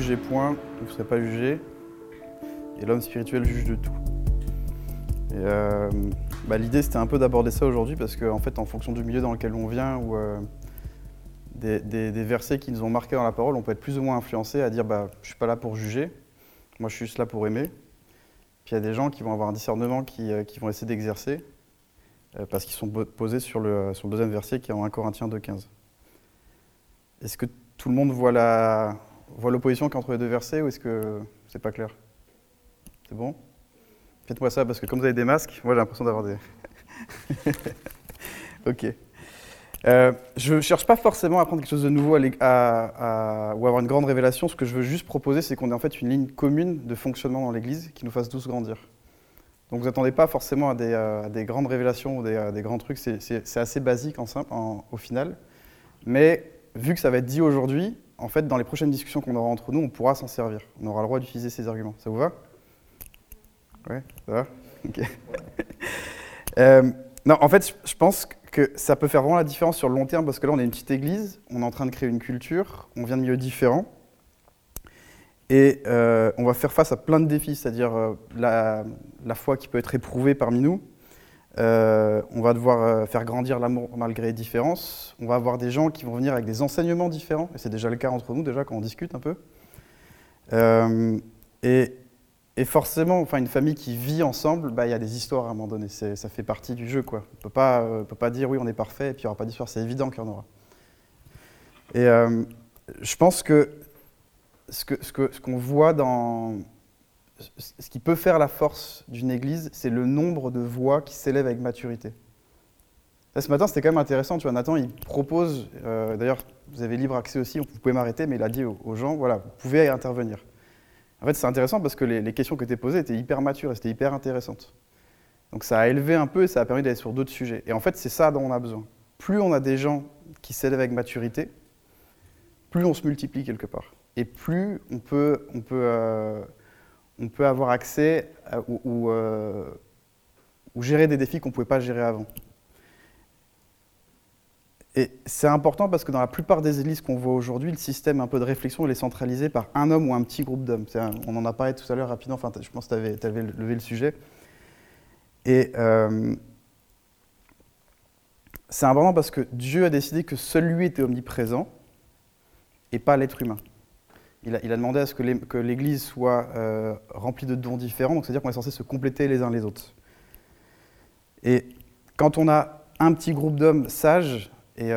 jugez point, vous ne serez pas jugés. Et l'homme spirituel juge de tout. Et l'idée, c'était un peu d'aborder ça aujourd'hui parce qu'en fait, en fonction du milieu dans lequel on vient ou des versets qui nous ont marqués dans la parole, on peut être plus ou moins influencé à dire je ne suis pas là pour juger, moi je suis juste là pour aimer. Puis il y a des gens qui vont avoir un discernement qui vont essayer d'exercer parce qu'ils sont posés sur le deuxième verset qui est en 1 Corinthiens 2,15. Est-ce que tout le monde voit l'opposition qu'il y a entre les deux versets ou est-ce que c'est pas clair? C'est bon? Faites-moi ça parce que comme vous avez des masques, moi j'ai l'impression d'avoir des... Ok. Je ne cherche pas forcément à apprendre quelque chose de nouveau ou avoir une grande révélation. Ce que je veux juste proposer, c'est qu'on ait en fait une ligne commune de fonctionnement dans l'Église qui nous fasse tous grandir. Donc vous n'attendez pas forcément à des grandes révélations ou des grands trucs, c'est assez basique au final. Mais vu que ça va être dit aujourd'hui, en fait, dans les prochaines discussions qu'on aura entre nous, on pourra s'en servir. On aura le droit d'utiliser ces arguments. Ça vous va? Ouais, ça va? Ok. Non, en fait, je pense que ça peut faire vraiment la différence sur le long terme parce que là, on est une petite église, on est en train de créer une culture, on vient de milieux différents et on va faire face à plein de défis, c'est-à-dire la foi qui peut être éprouvée parmi nous. On va devoir faire grandir l'amour malgré les différences. On va avoir des gens qui vont venir avec des enseignements différents, et c'est déjà le cas entre nous, déjà, quand on discute un peu. Et forcément, une famille qui vit ensemble, il y a des histoires à un moment donné. Ça fait partie du jeu, quoi. On ne peut pas dire oui, on est parfait, et puis il n'y aura pas d'histoire. C'est évident qu'il y en aura. Et je pense que ce qu'on voit ce qui peut faire la force d'une église, c'est le nombre de voix qui s'élèvent avec maturité. Là, ce matin, c'était quand même intéressant. Tu vois, Nathan, il propose, d'ailleurs, vous avez libre accès aussi, vous pouvez m'arrêter, mais il a dit aux gens, voilà, vous pouvez intervenir. En fait, c'est intéressant parce que les questions que tu as posées étaient hyper matures et c'était hyper intéressantes. Donc ça a élevé un peu et ça a permis d'aller sur d'autres sujets. Et en fait, c'est ça dont on a besoin. Plus on a des gens qui s'élèvent avec maturité, plus on se multiplie quelque part. Et plus on peut avoir accès ou gérer des défis qu'on ne pouvait pas gérer avant. Et c'est important parce que dans la plupart des églises qu'on voit aujourd'hui, le système un peu de réflexion il est centralisé par un homme ou un petit groupe d'hommes. On en a parlé tout à l'heure rapidement, je pense que tu avais levé le sujet. Et c'est important parce que Dieu a décidé que seul lui était omniprésent et pas l'être humain. Il a demandé à ce que l'Église soit remplie de dons différents, donc c'est-à-dire qu'on est censé se compléter les uns les autres. Et quand on a un petit groupe d'hommes sages et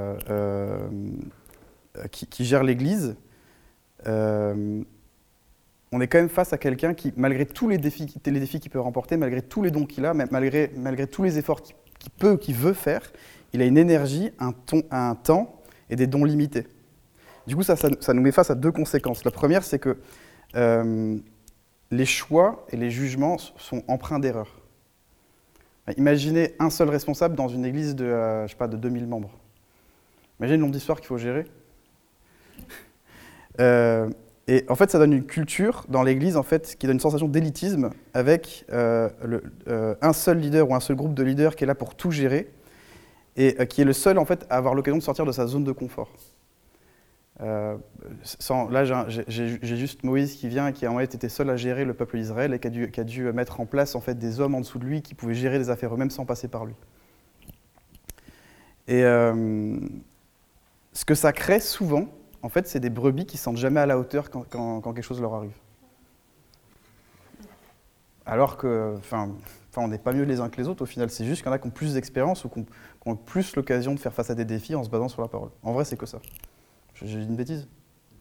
qui gère l'Église, on est quand même face à quelqu'un qui, malgré tous les défis qu'il peut remporter, malgré tous les dons qu'il a, malgré tous les efforts qu'il veut faire, il a une énergie, un temps et des dons limités. Du coup, ça nous met face à deux conséquences. La première, c'est que les choix et les jugements sont empreints d'erreurs. Imaginez un seul responsable dans une église de 2000 membres. Imaginez le nombre d'histoires qu'il faut gérer. Et en fait, ça donne une culture dans l'église en fait, qui donne une sensation d'élitisme avec un seul leader ou un seul groupe de leaders qui est là pour tout gérer et qui est le seul en fait, à avoir l'occasion de sortir de sa zone de confort. Là, j'ai juste Moïse qui vient et qui en fait était seul à gérer le peuple d'Israël et qui a dû mettre en place en fait, des hommes en dessous de lui qui pouvaient gérer les affaires eux-mêmes sans passer par lui. Et ce que ça crée souvent, en fait, c'est des brebis qui ne se sentent jamais à la hauteur quand quelque chose leur arrive. Alors que, on n'est pas mieux les uns que les autres au final, c'est juste qu'il y en a qui ont plus d'expérience ou qui ont plus l'occasion de faire face à des défis en se basant sur la parole. En vrai, c'est que ça. J'ai dit une bêtise?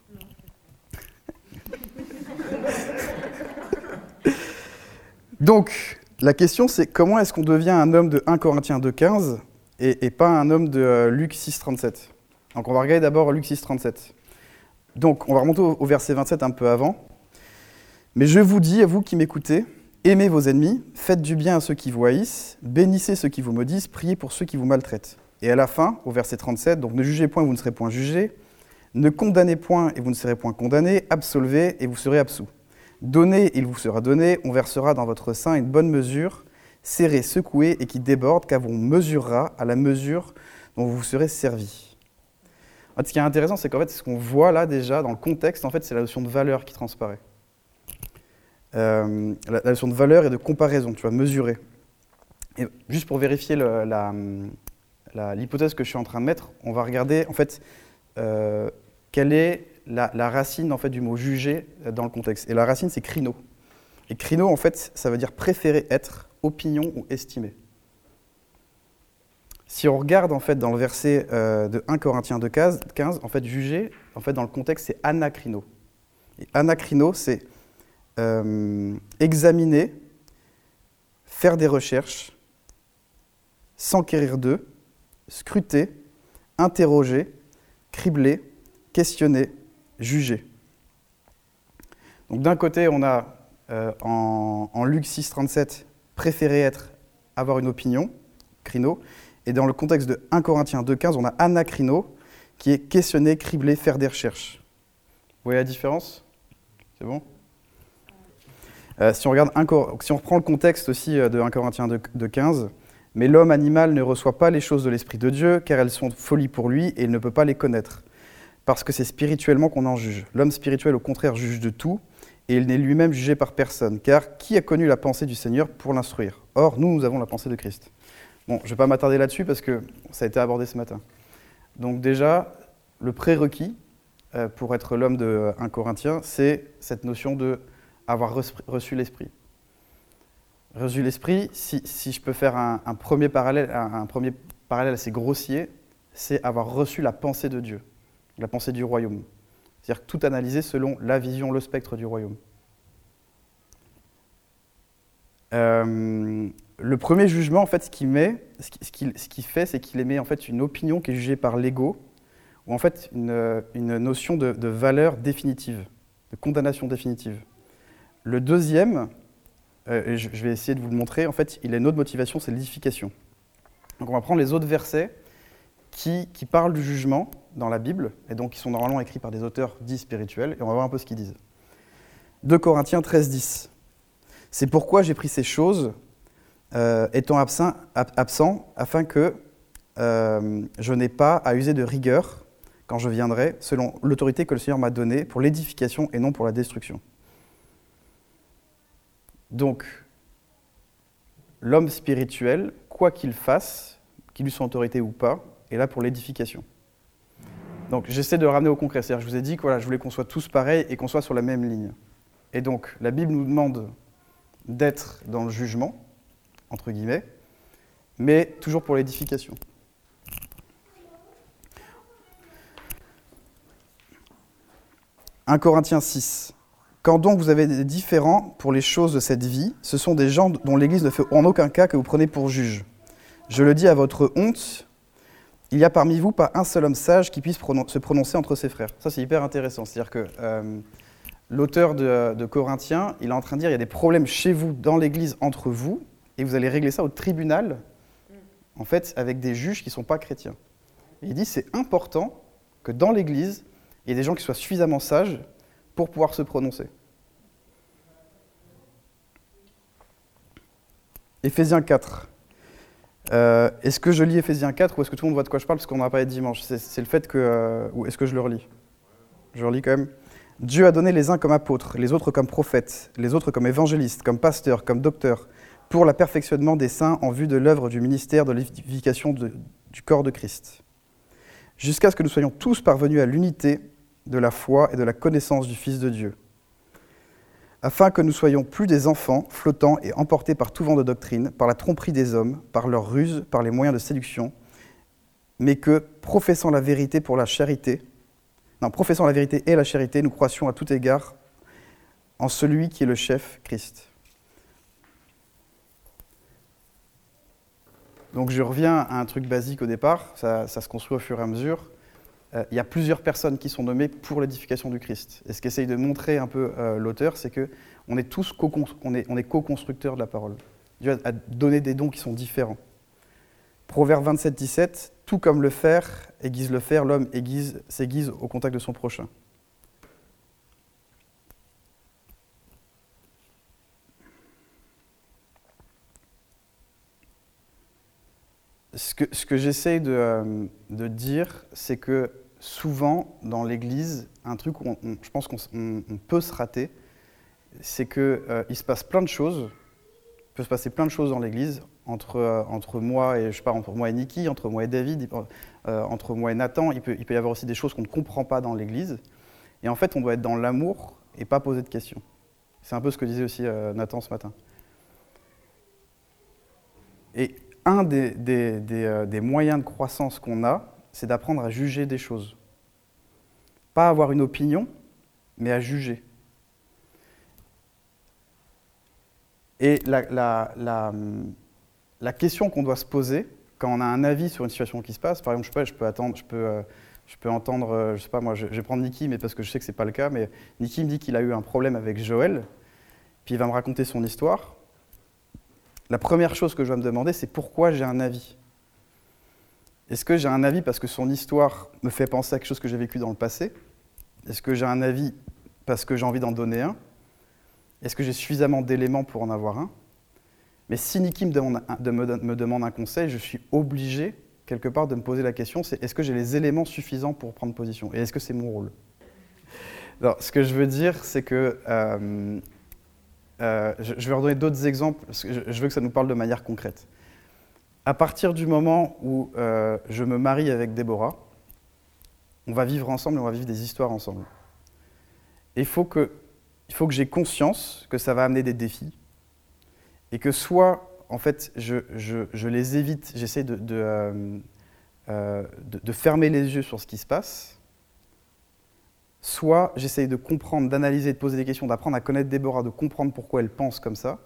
Donc, la question c'est comment est-ce qu'on devient un homme de 1 Corinthiens 2,15 et pas un homme de Luc 6,37. Donc on va regarder d'abord Luc 6,37. Donc on va remonter au verset 27 un peu avant. Mais je vous dis, à vous qui m'écoutez, aimez vos ennemis, faites du bien à ceux qui vous haïssent, bénissez ceux qui vous maudissent, priez pour ceux qui vous maltraitent. Et à la fin, au verset 37, donc ne jugez point, vous ne serez point jugés. Ne condamnez point et vous ne serez point condamnés, absolvez et vous serez absous. Donnez et il vous sera donné, on versera dans votre sein une bonne mesure, serrée, secouée et qui déborde, car on mesurera à la mesure dont vous serez servis. En fait, ce qui est intéressant, c'est qu'en fait, ce qu'on voit là déjà dans le contexte, en fait, c'est la notion de valeur qui transparaît. La notion de valeur et de comparaison, tu vas mesurer. Et juste pour vérifier l'hypothèse que je suis en train de mettre, on va regarder en fait quelle est la racine en fait, du mot juger dans le contexte. Et la racine, c'est krino. Et krino, en fait, ça veut dire préférer être, opinion ou estimer. Si on regarde en fait, dans le verset de 1 Corinthiens 2,15, en fait, juger, en fait, dans le contexte, c'est anakrino. Et anakrino, c'est examiner, faire des recherches, s'enquérir d'eux, scruter, interroger, cribler, questionner, juger. Donc d'un côté, on a en Luc 6,37, préférer être, avoir une opinion, krino, et dans le contexte de 1 Corinthiens 2,15, on a anakrino, qui est questionner, cribler, faire des recherches. Vous voyez la différence? C'est bon? Si on reprend le contexte aussi de 1 Corinthiens 2,15, mais l'homme animal ne reçoit pas les choses de l'Esprit de Dieu, car elles sont folie pour lui et il ne peut pas les connaître, parce que c'est spirituellement qu'on en juge. L'homme spirituel, au contraire, juge de tout, et il n'est lui-même jugé par personne, car qui a connu la pensée du Seigneur pour l'instruire? Or, nous avons la pensée de Christ. Bon, je ne vais pas m'attarder là-dessus, parce que ça a été abordé ce matin. Donc déjà, le prérequis pour être l'homme de 1 Corinthiens, c'est cette notion de avoir reçu l'Esprit. Reçu l'Esprit, si je peux faire un premier parallèle assez grossier, c'est avoir reçu la pensée de Dieu, la pensée du royaume. C'est-à-dire tout analyser selon la vision, le spectre du royaume. Le premier jugement, en fait, ce qu'il fait, c'est qu'il émet en fait une opinion qui est jugée par l'ego, ou en fait une notion de valeur définitive, de condamnation définitive. Le deuxième, je vais essayer de vous le montrer, en fait, il a une autre motivation, c'est l'édification. Donc on va prendre les autres versets qui parlent du jugement dans la Bible, et donc qui sont normalement écrits par des auteurs dits spirituels, et on va voir un peu ce qu'ils disent. 2 Corinthiens 13,10. C'est pourquoi j'ai pris ces choses, étant absent, afin que je n'ai pas à user de rigueur quand je viendrai, selon l'autorité que le Seigneur m'a donnée, pour l'édification et non pour la destruction. Donc, l'homme spirituel, quoi qu'il fasse, qu'il ait son autorité ou pas, est là pour l'édification. Donc, j'essaie de le ramener au concret. C'est-à-dire, je vous ai dit que voilà, je voulais qu'on soit tous pareils et qu'on soit sur la même ligne. Et donc, la Bible nous demande d'être dans le jugement, entre guillemets, mais toujours pour l'édification. « 1 Corinthiens 6. Quand donc vous avez des différends pour les choses de cette vie, ce sont des gens dont l'Église ne fait en aucun cas que vous prenez pour juge. Je le dis à votre honte, il n'y a parmi vous pas un seul homme sage qui puisse se prononcer entre ses frères. » Ça, c'est hyper intéressant. C'est-à-dire que l'auteur de Corinthiens, il est en train de dire il y a des problèmes chez vous, dans l'Église, entre vous, et vous allez régler ça au tribunal, en fait, avec des juges qui ne sont pas chrétiens. Et il dit c'est important que dans l'Église, il y ait des gens qui soient suffisamment sages pour pouvoir se prononcer. Éphésiens 4. Est-ce que je lis Éphésiens 4 ou est-ce que tout le monde voit de quoi je parle parce qu'on n'a pas été dimanche? C'est le fait que... ou est-ce que je le relis? Je le relis quand même. Dieu a donné les uns comme apôtres, les autres comme prophètes, les autres comme évangélistes, comme pasteurs, comme docteurs, pour le perfectionnement des saints en vue de l'œuvre du ministère de l'édification du corps de Christ, jusqu'à ce que nous soyons tous parvenus à l'unité de la foi et de la connaissance du Fils de Dieu, afin que nous soyons plus des enfants flottants et emportés par tout vent de doctrine, par la tromperie des hommes, par leurs ruses, par les moyens de séduction, mais que, professant la vérité et la charité, nous croissions à tout égard en celui qui est le chef, Christ. Donc je reviens à un truc basique au départ, ça se construit au fur et à mesure. Il y a plusieurs personnes qui sont nommées pour l'édification du Christ. Et ce qu'essaye de montrer un peu l'auteur, c'est qu'on est tous co-constructeurs de la parole. Dieu a donné des dons qui sont différents. Proverbe 27, 17, tout comme le fer aiguise le fer, l'homme s'aiguise au contact de son prochain. Ce que j'essaye de dire, c'est que souvent, dans l'Église, un truc où je pense qu'on peut se rater, c'est qu'il se passe plein de choses, il peut se passer plein de choses dans l'Église, entre moi et, je sais pas, entre moi et Niki, entre moi et David, entre moi et Nathan, il peut y avoir aussi des choses qu'on ne comprend pas dans l'Église. Et en fait, on doit être dans l'amour et pas poser de questions. C'est un peu ce que disait aussi Nathan ce matin. Et un des moyens de croissance qu'on a, c'est d'apprendre à juger des choses. Pas avoir une opinion, mais à juger. Et la question qu'on doit se poser, quand on a un avis sur une situation qui se passe, par exemple, je peux entendre, je sais pas moi, je vais prendre Niki, mais parce que je sais que c'est pas le cas, mais Niki me dit qu'il a eu un problème avec Joël, puis il va me raconter son histoire. La première chose que je dois me demander, c'est pourquoi j'ai un avis. Est-ce que j'ai un avis parce que son histoire me fait penser à quelque chose que j'ai vécu dans le passé? Est-ce que j'ai un avis parce que j'ai envie d'en donner un? Est-ce que j'ai suffisamment d'éléments pour en avoir un? Mais si Niki me demande un conseil, je suis obligé, quelque part, de me poser la question, c'est est-ce que j'ai les éléments suffisants pour prendre position? Et est-ce que c'est mon rôle? Alors, ce que je veux dire, c'est que je vais redonner d'autres exemples, parce que je veux que ça nous parle de manière concrète. À partir du moment où je me marie avec Déborah, on va vivre ensemble et on va vivre des histoires ensemble. Et il faut que j'ai conscience que ça va amener des défis, et que soit, en fait, je les évite, j'essaie de fermer les yeux sur ce qui se passe, soit j'essaye de comprendre, d'analyser, de poser des questions, d'apprendre à connaître Déborah, de comprendre pourquoi elle pense comme ça,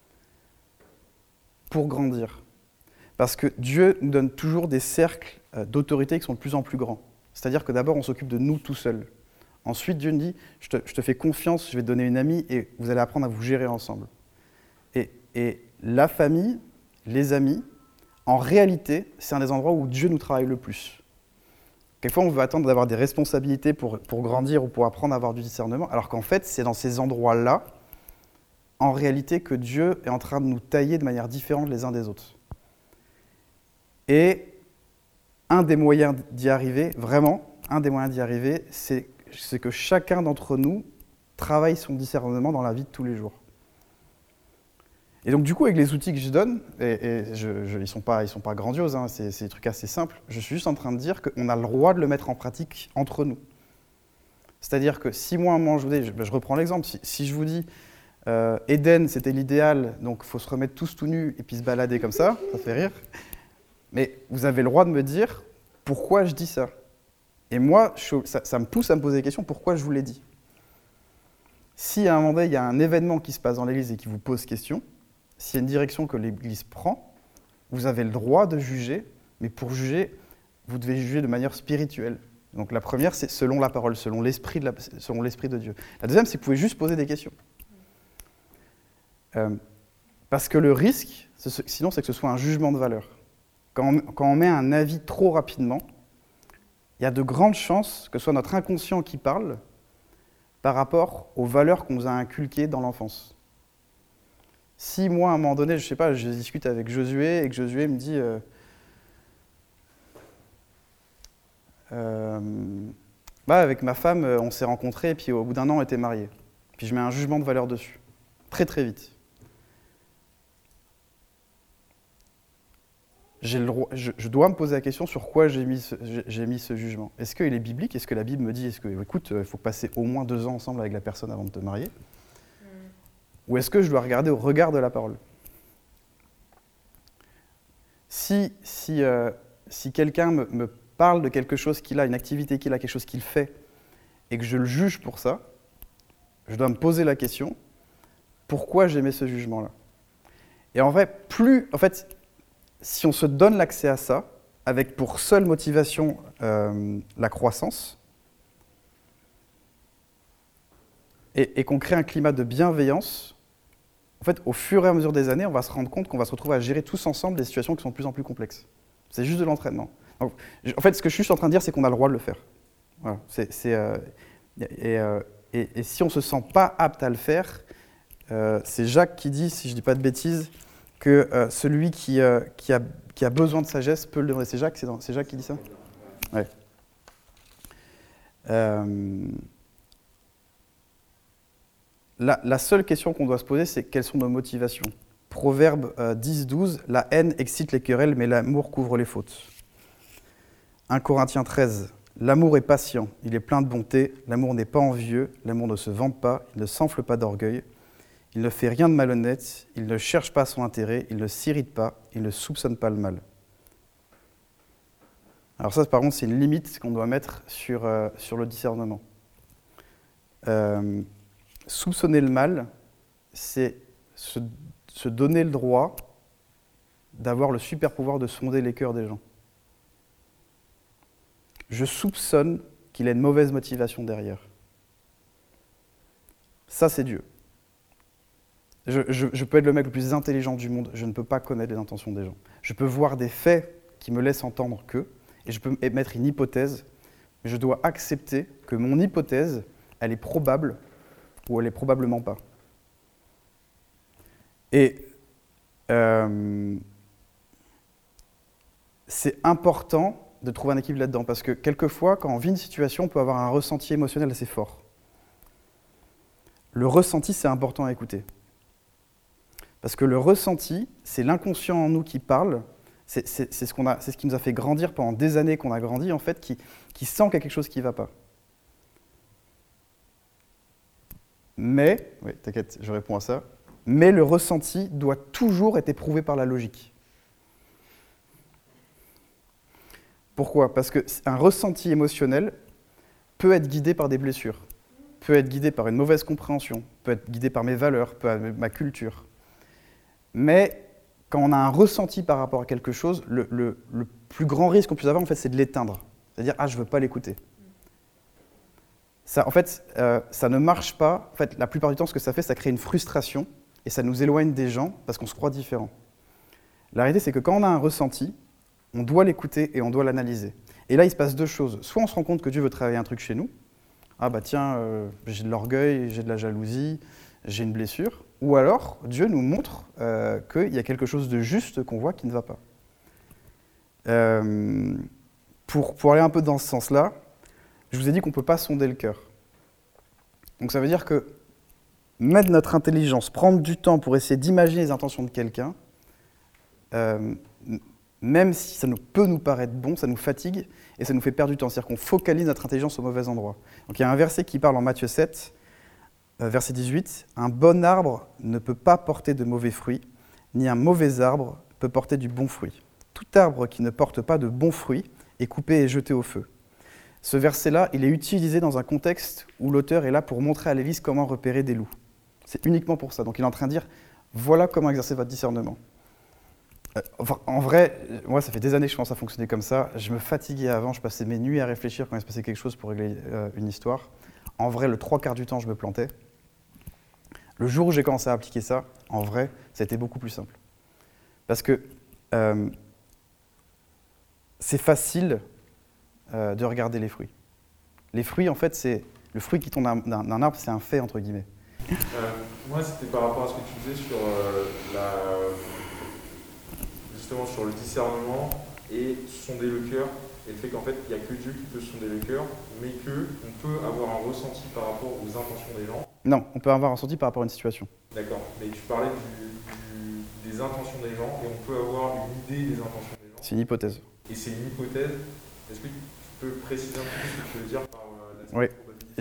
pour grandir. Parce que Dieu nous donne toujours des cercles d'autorité qui sont de plus en plus grands. C'est-à-dire que d'abord, on s'occupe de nous tout seuls. Ensuite, Dieu nous dit, je te fais confiance, je vais te donner une amie et vous allez apprendre à vous gérer ensemble. Et la famille, les amis, en réalité, c'est un des endroits où Dieu nous travaille le plus. Quelquefois, on veut attendre d'avoir des responsabilités pour grandir ou pour apprendre à avoir du discernement, alors qu'en fait, c'est dans ces endroits-là, en réalité, que Dieu est en train de nous tailler de manière différente les uns des autres. Et un des moyens d'y arriver, vraiment, c'est que chacun d'entre nous travaille son discernement dans la vie de tous les jours. Et donc du coup, avec les outils que je donne, ils sont pas grandioses, hein, c'est des trucs assez simples, je suis juste en train de dire qu'on a le droit de le mettre en pratique entre nous. C'est-à-dire que si moi, à un moment, je reprends l'exemple, si je vous dis Éden, c'était l'idéal, donc il faut se remettre tous tout nus et puis se balader comme ça fait rire, mais vous avez le droit de me dire pourquoi je dis ça. Et moi, ça me pousse à me poser des questions, pourquoi je vous l'ai dit. Si à un moment donné, il y a un événement qui se passe dans l'Église et qui vous pose question, s'il y a une direction que l'Église prend, vous avez le droit de juger, mais pour juger, vous devez juger de manière spirituelle. Donc la première, c'est selon la parole, selon l'esprit de Dieu. La deuxième, c'est que vous pouvez juste poser des questions. Parce que le risque, sinon, c'est que ce soit un jugement de valeur. Quand on met un avis trop rapidement, il y a de grandes chances que ce soit notre inconscient qui parle par rapport aux valeurs qu'on nous a inculquées dans l'enfance. Si moi, à un moment donné, je sais pas, je discute avec Josué et que Josué me dit avec ma femme, on s'est rencontrés et puis au bout d'un an, on était mariés. Puis je mets un jugement de valeur dessus, très très vite. Je dois me poser la question sur quoi j'ai mis ce jugement. Est-ce qu'il est biblique? Est-ce que la Bible me dit, écoute, il faut passer au moins 2 ans ensemble avec la personne avant de te marier? Ou est-ce que je dois regarder au regard de la parole? Si quelqu'un me parle de quelque chose qu'il a, une activité qu'il a, quelque chose qu'il fait, et que je le juge pour ça, je dois me poser la question, pourquoi j'émets ce jugement-là? Et en vrai, si on se donne l'accès à ça, avec pour seule motivation la croissance, et qu'on crée un climat de bienveillance, en fait, au fur et à mesure des années, on va se rendre compte qu'on va se retrouver à gérer tous ensemble des situations qui sont de plus en plus complexes. C'est juste de l'entraînement. Donc, en fait, ce que je suis juste en train de dire, c'est qu'on a le droit de le faire. Voilà. Et si on ne se sent pas apte à le faire, c'est Jacques qui dit, si je ne dis pas de bêtises, que celui qui a besoin de sagesse peut le demander. C'est Jacques qui dit ça? Ouais. Euh, la seule question qu'on doit se poser, c'est quelles sont nos motivations. Proverbe 10-12, la haine excite les querelles, mais l'amour couvre les fautes. 1 Corinthiens 13, l'amour est patient, il est plein de bonté, l'amour n'est pas envieux, l'amour ne se vante pas, il ne s'enfle pas d'orgueil, il ne fait rien de malhonnête, il ne cherche pas son intérêt, il ne s'irrite pas, il ne soupçonne pas le mal. Alors ça, par contre, c'est une limite qu'on doit mettre sur le discernement. Soupçonner le mal, c'est se donner le droit d'avoir le super pouvoir de sonder les cœurs des gens. Je soupçonne qu'il a une mauvaise motivation derrière. Ça, c'est Dieu. Je peux être le mec le plus intelligent du monde, je ne peux pas connaître les intentions des gens. Je peux voir des faits qui me laissent entendre que, et je peux émettre une hypothèse, mais je dois accepter que mon hypothèse, elle est probable ou elle est probablement pas. Et c'est important de trouver un équilibre là-dedans, parce que quelquefois, quand on vit une situation, on peut avoir un ressenti émotionnel assez fort. Le ressenti, c'est important à écouter. Parce que le ressenti, c'est l'inconscient en nous qui parle, c'est ce qui nous a fait grandir pendant des années qu'on a grandi, en fait, qui sent qu'il y a quelque chose qui ne va pas. Mais, oui, t'inquiète, je réponds à ça, mais le ressenti doit toujours être éprouvé par la logique. Pourquoi ? Parce qu'un ressenti émotionnel peut être guidé par des blessures, peut être guidé par une mauvaise compréhension, peut être guidé par mes valeurs, par ma culture. Mais quand on a un ressenti par rapport à quelque chose, le plus grand risque qu'on puisse avoir, en fait, c'est de l'éteindre. C'est-à-dire, je ne veux pas l'écouter. Ça, en fait, ça ne marche pas. En fait, la plupart du temps, ce que ça fait, ça crée une frustration et ça nous éloigne des gens parce qu'on se croit différent. La réalité, c'est que quand on a un ressenti, on doit l'écouter et on doit l'analyser. Et là, il se passe deux choses. Soit on se rend compte que Dieu veut travailler un truc chez nous. Ah bah tiens, j'ai de l'orgueil, j'ai de la jalousie, j'ai une blessure. Ou alors, Dieu nous montre qu'il y a quelque chose de juste qu'on voit qui ne va pas. Pour aller un peu dans ce sens-là, je vous ai dit qu'on ne peut pas sonder le cœur. Donc ça veut dire que mettre notre intelligence, prendre du temps pour essayer d'imaginer les intentions de quelqu'un, même si ça peut nous paraître bon, ça nous fatigue et ça nous fait perdre du temps. C'est-à-dire qu'on focalise notre intelligence au mauvais endroit. Donc il y a un verset qui parle en Matthieu 7, verset 18, « Un bon arbre ne peut pas porter de mauvais fruits, ni un mauvais arbre peut porter du bon fruit. Tout arbre qui ne porte pas de bons fruits est coupé et jeté au feu. » Ce verset-là, il est utilisé dans un contexte où l'auteur est là pour montrer à l'Église comment repérer des loups. C'est uniquement pour ça. Donc il est en train de dire, voilà comment exercer votre discernement. En vrai, moi, ça fait des années que je commence à fonctionner comme ça. Je me fatiguais avant, je passais mes nuits à réfléchir quand il se passait quelque chose pour régler une histoire. En vrai, le 3/4 du temps, je me plantais. Le jour où j'ai commencé à appliquer ça, en vrai, ça a été beaucoup plus simple. Parce que c'est facile de regarder les fruits. Les fruits, en fait, c'est le fruit qui tombe d'un arbre, c'est un fait, entre guillemets. Moi, c'était par rapport à ce que tu disais sur justement sur le discernement et sonder le cœur, et le fait qu'en fait, il n'y a que Dieu qui peut sonder le cœur, mais qu'on peut avoir un ressenti par rapport aux intentions des gens. Non, on peut avoir un ressenti par rapport à une situation. D'accord, mais tu parlais des intentions des gens, et on peut avoir une idée des intentions des gens. C'est une hypothèse. Et c'est une hypothèse. Est-ce que tu peux préciser un peu ce que tu veux dire par la Oui.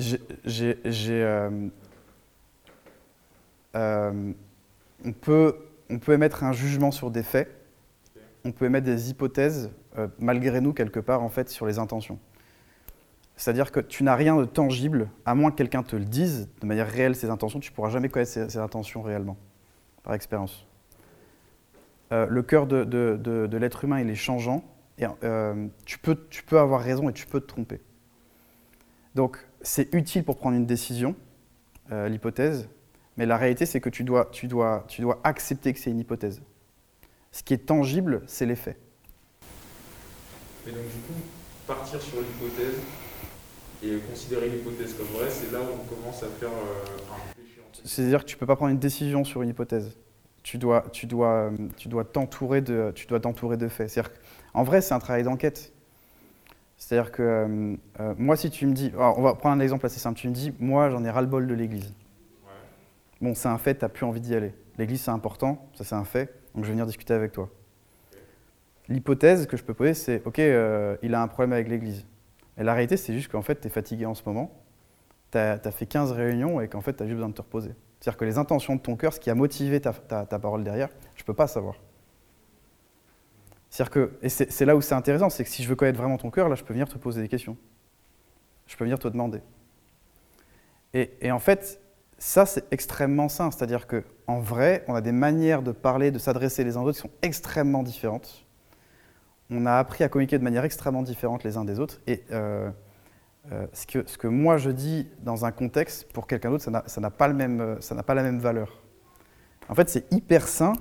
On peut émettre un jugement sur des faits, okay. On peut émettre des hypothèses, malgré nous, quelque part, en fait, sur les intentions. C'est-à-dire que tu n'as rien de tangible, à moins que quelqu'un te le dise, de manière réelle, ses intentions, tu ne pourras jamais connaître ses intentions réellement, par expérience. Le cœur de l'être humain, il est changeant, et tu peux avoir raison et tu peux te tromper. Donc, c'est utile pour prendre une décision, l'hypothèse, mais la réalité, c'est que tu dois accepter que c'est une hypothèse. Ce qui est tangible, c'est les faits. Mais donc, du coup, partir sur l'hypothèse et considérer l'hypothèse comme vraie, c'est là où on commence à faire un péché. C'est-à-dire que tu ne peux pas prendre une décision sur une hypothèse. Tu dois t'entourer de faits. C'est-à-dire qu'en vrai, c'est un travail d'enquête. C'est-à-dire que moi, si tu me dis, alors, on va prendre un exemple assez simple, tu me dis, moi j'en ai ras-le-bol de l'église. Ouais. Bon, c'est un fait, tu n'as plus envie d'y aller. L'église c'est important, ça c'est un fait, donc je vais venir discuter avec toi. L'hypothèse que je peux poser, c'est, ok, il a un problème avec l'église. Et la réalité, c'est juste qu'en fait, tu es fatigué en ce moment, tu as fait 15 réunions et qu'en fait, tu as juste besoin de te reposer. C'est-à-dire que les intentions de ton cœur, ce qui a motivé ta parole derrière, je ne peux pas savoir. C'est-à-dire que, et c'est là où c'est intéressant, c'est que si je veux connaître vraiment ton cœur, là, je peux venir te poser des questions. Je peux venir te demander. Et en fait, ça, c'est extrêmement sain. C'est-à-dire qu'en vrai, on a des manières de parler, de s'adresser les uns aux autres qui sont extrêmement différentes. On a appris à communiquer de manière extrêmement différente les uns des autres. Et ce que moi je dis dans un contexte, pour quelqu'un d'autre, ça n'a pas la même valeur. En fait, c'est hyper sain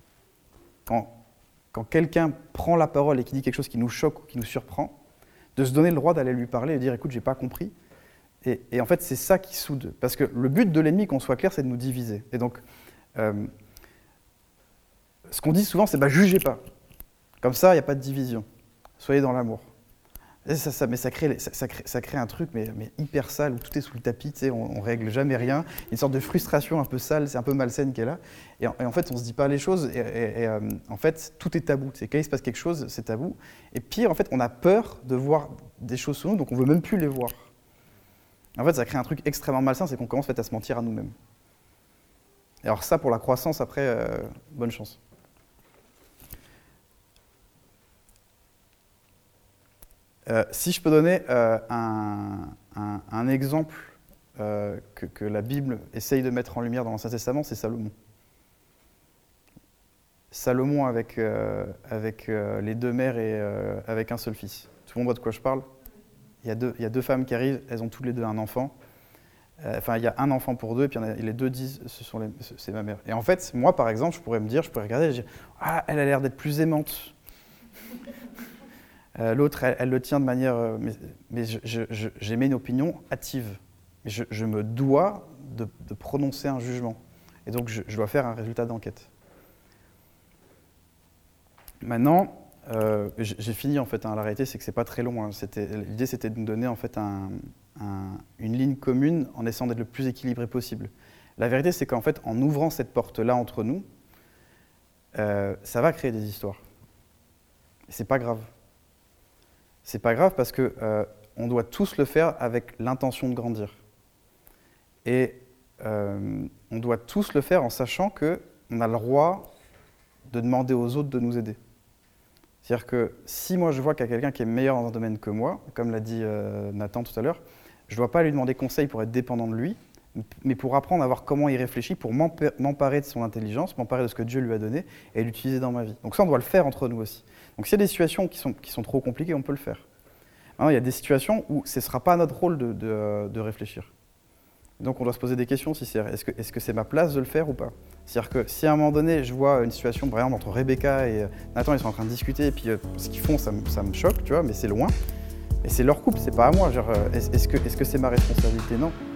quand quelqu'un prend la parole et qui dit quelque chose qui nous choque ou qui nous surprend, de se donner le droit d'aller lui parler et dire « écoute, j'ai pas compris ». Et en fait, c'est ça qui soude. Parce que le but de l'ennemi, qu'on soit clair, c'est de nous diviser. Et donc, ce qu'on dit souvent, c'est « jugez pas ». Comme ça, il n'y a pas de division. Soyez dans l'amour. Mais ça crée un truc mais hyper sale, où tout est sous le tapis, on ne règle jamais rien. Une sorte de frustration un peu sale, c'est un peu malsaine qui est là. Et en fait, on ne se dit pas les choses. Et en fait, tout est tabou. Quand il se passe quelque chose, c'est tabou. Et pire, en fait, on a peur de voir des choses sur nous, donc on ne veut même plus les voir. En fait, ça crée un truc extrêmement malsain, c'est qu'on commence en fait, à se mentir à nous-mêmes. Et alors ça, pour la croissance, après, bonne chance. Si je peux donner un exemple que la Bible essaye de mettre en lumière dans l'Ancien Testament, c'est Salomon. Salomon avec les deux mères et avec un seul fils. Tout le monde voit de quoi je parle. Il y a deux femmes qui arrivent, elles ont toutes les deux un enfant. Enfin, il y a un enfant pour deux, et puis les deux disent c'est ma mère. Et en fait, moi par exemple, je pourrais regarder et dire ah, elle a l'air d'être plus aimante. L'autre, elle le tient de manière... mais j'émets une opinion hâtive. Je me dois de prononcer un jugement. Et donc, je dois faire un résultat d'enquête. Maintenant, j'ai fini, en fait. La réalité, c'est que c'est pas très long. L'idée, c'était de nous donner, en fait, une ligne commune en essayant d'être le plus équilibré possible. La vérité, c'est qu'en fait, en ouvrant cette porte-là entre nous, ça va créer des histoires. Et c'est pas grave. C'est pas grave parce qu'on doit tous le faire avec l'intention de grandir. Et on doit tous le faire en sachant qu'on a le droit de demander aux autres de nous aider. C'est-à-dire que si moi je vois qu'il y a quelqu'un qui est meilleur dans un domaine que moi, comme l'a dit Nathan tout à l'heure, je ne dois pas lui demander conseil pour être dépendant de lui, mais pour apprendre à voir comment il réfléchit, pour m'emparer de son intelligence, m'emparer de ce que Dieu lui a donné et l'utiliser dans ma vie. Donc ça, on doit le faire entre nous aussi. Donc s'il y a des situations qui sont trop compliquées, on peut le faire. Maintenant, il y a des situations où ce ne sera pas notre rôle de réfléchir. Donc on doit se poser des questions, est-ce que c'est ma place de le faire ou pas? C'est-à-dire que si à un moment donné, je vois une situation, par exemple, entre Rebecca et Nathan, ils sont en train de discuter, et puis ce qu'ils font, ça me choque, tu vois, mais c'est loin. Et c'est leur couple, c'est pas à moi. Genre, est-ce que c'est ma responsabilité? Non.